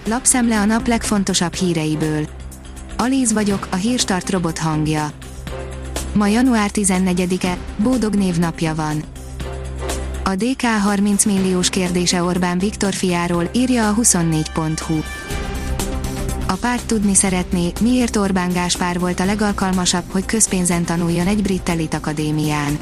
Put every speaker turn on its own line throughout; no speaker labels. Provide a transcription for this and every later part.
Lapszemle a nap legfontosabb híreiből. Alíz vagyok, a Hírstart robot hangja. Ma január 14-e, Bódog névnapja van. A DK 30 milliós kérdése Orbán Viktor fiáról, írja a 24.hu. A párt tudni szeretné, miért Orbán Gáspár volt a legalkalmasabb, hogy közpénzen tanuljon egy brit elitakadémián.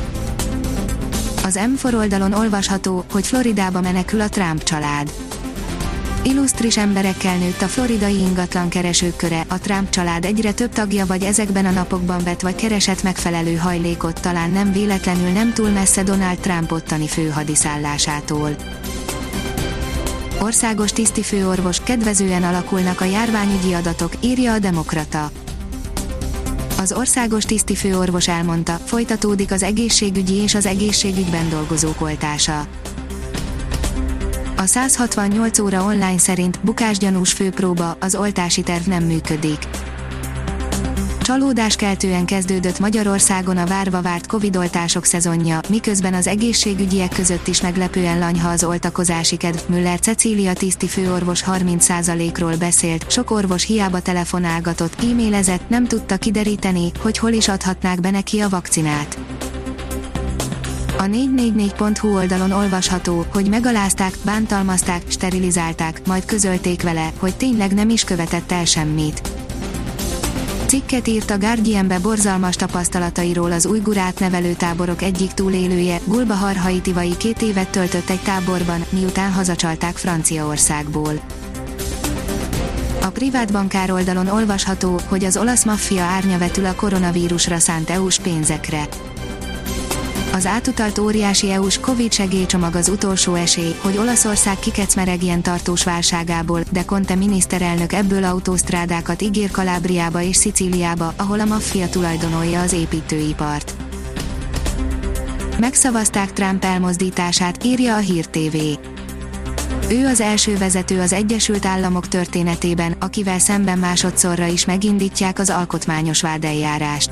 Az M4 oldalon olvasható, hogy Floridába menekül a Trump család. Illusztris emberekkel nőtt a floridai ingatlankeresők köre, a Trump család egyre több tagja vagy ezekben a napokban vett vagy keresett megfelelő hajlékot, talán nem véletlenül nem túl messze Donald Trump ottani főhadiszállásától. Országos tisztifőorvos, kedvezően alakulnak a járványügyi adatok, írja a Demokrata. Az országos tisztifőorvos elmondta, folytatódik az egészségügyi és az egészségügyben dolgozók oltása. A 168 óra online szerint bukásgyanús főpróba, az oltási terv nem működik. Csalódáskeltően kezdődött Magyarországon a várva várt Covid-oltások szezonja, miközben az egészségügyiek között is meglepően lanyha az oltakozási kedv. Müller Cecília tisztifőorvos 30%-ról beszélt, sok orvos hiába telefonálgatott, e-mailezett, nem tudta kideríteni, hogy hol is adhatnák be neki a vakcinát. A 444.hu oldalon olvasható, hogy megalázták, bántalmazták, sterilizálták, majd közölték vele, hogy tényleg nem is követett el semmit. Cikket írt a Guardianbe borzalmas tapasztalatairól az ujgur átnevelőtáborok egyik túlélője, Gulbahar Haitivai 2 évet töltött egy táborban, miután hazacsalták Franciaországból. A privát bankár oldalon olvasható, hogy az olasz maffia árnya vetül a koronavírusra szánt EU-s pénzekre. Az átutalt óriási EU-s Covid segélycsomag az utolsó esély, hogy Olaszország kikecmeregjen tartós válságából, de Conte miniszterelnök ebből autósztrádákat ígér Kalábriába és Szicíliába, ahol a maffia tulajdonolja az építőipart. Megszavazták Trump elmozdítását, írja a Hír TV. Ő az első vezető az Egyesült Államok történetében, akivel szemben másodszorra is megindítják az alkotmányos vádeljárást.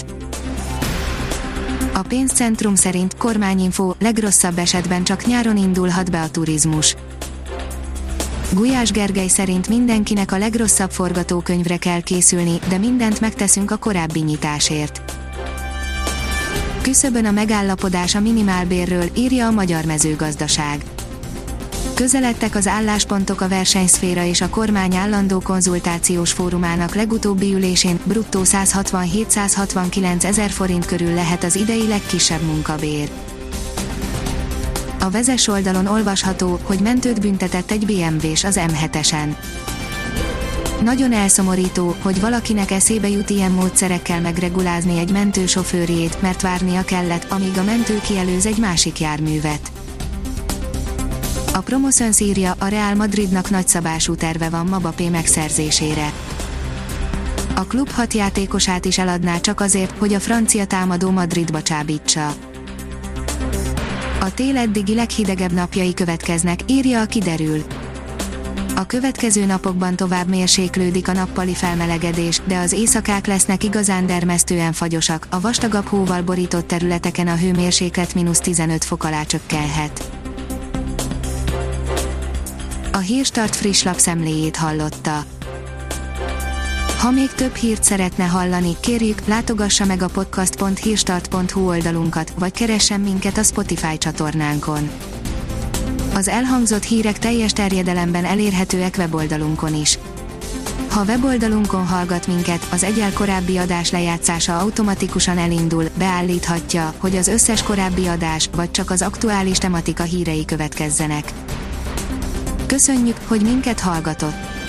A pénzcentrum szerint kormányinfo, legrosszabb esetben csak nyáron indulhat be a turizmus. Gulyás Gergely szerint mindenkinek a legrosszabb forgatókönyvre kell készülni, de mindent megteszünk a korábbi nyitásért. Küszöbön a megállapodás a minimálbérről, írja a Magyar Mezőgazdaság. Közeledtek az álláspontok a versenyszféra és a kormány állandó konzultációs fórumának legutóbbi ülésén, bruttó 167-169 ezer forint körül lehet az idei legkisebb munkabér. A Vezes oldalon olvasható, hogy mentőt büntetett egy BMW-s az M7-esen. Nagyon elszomorító, hogy valakinek eszébe jut ilyen módszerekkel megregulázni egy mentősofőrjét, mert várnia kellett, amíg a mentő kielőz egy másik járművet. A Promoszöns írja, a Real Madridnak nagyszabású terve van Mbappé megszerzésére. A klub 6 játékosát is eladná csak azért, hogy a francia támadó Madridba csábítsa. A tél eddigi leghidegebb napjai következnek, írja a Kiderül. A következő napokban tovább mérséklődik a nappali felmelegedés, de az éjszakák lesznek igazán dermesztően fagyosak, a vastagabb hóval borított területeken a hőmérséklet -15 fok alá csökkenhet. A Hírstart friss lapszemléjét hallotta. Ha még több hírt szeretne hallani, kérjük, látogassa meg a podcast.hírstart.hu oldalunkat, vagy keressen minket a Spotify csatornánkon. Az elhangzott hírek teljes terjedelemben elérhetőek weboldalunkon is. Ha weboldalunkon hallgat minket, az egyel korábbi adás lejátszása automatikusan elindul, beállíthatja, hogy az összes korábbi adás, vagy csak az aktuális tematika hírei következzenek. Köszönjük, hogy minket hallgatott!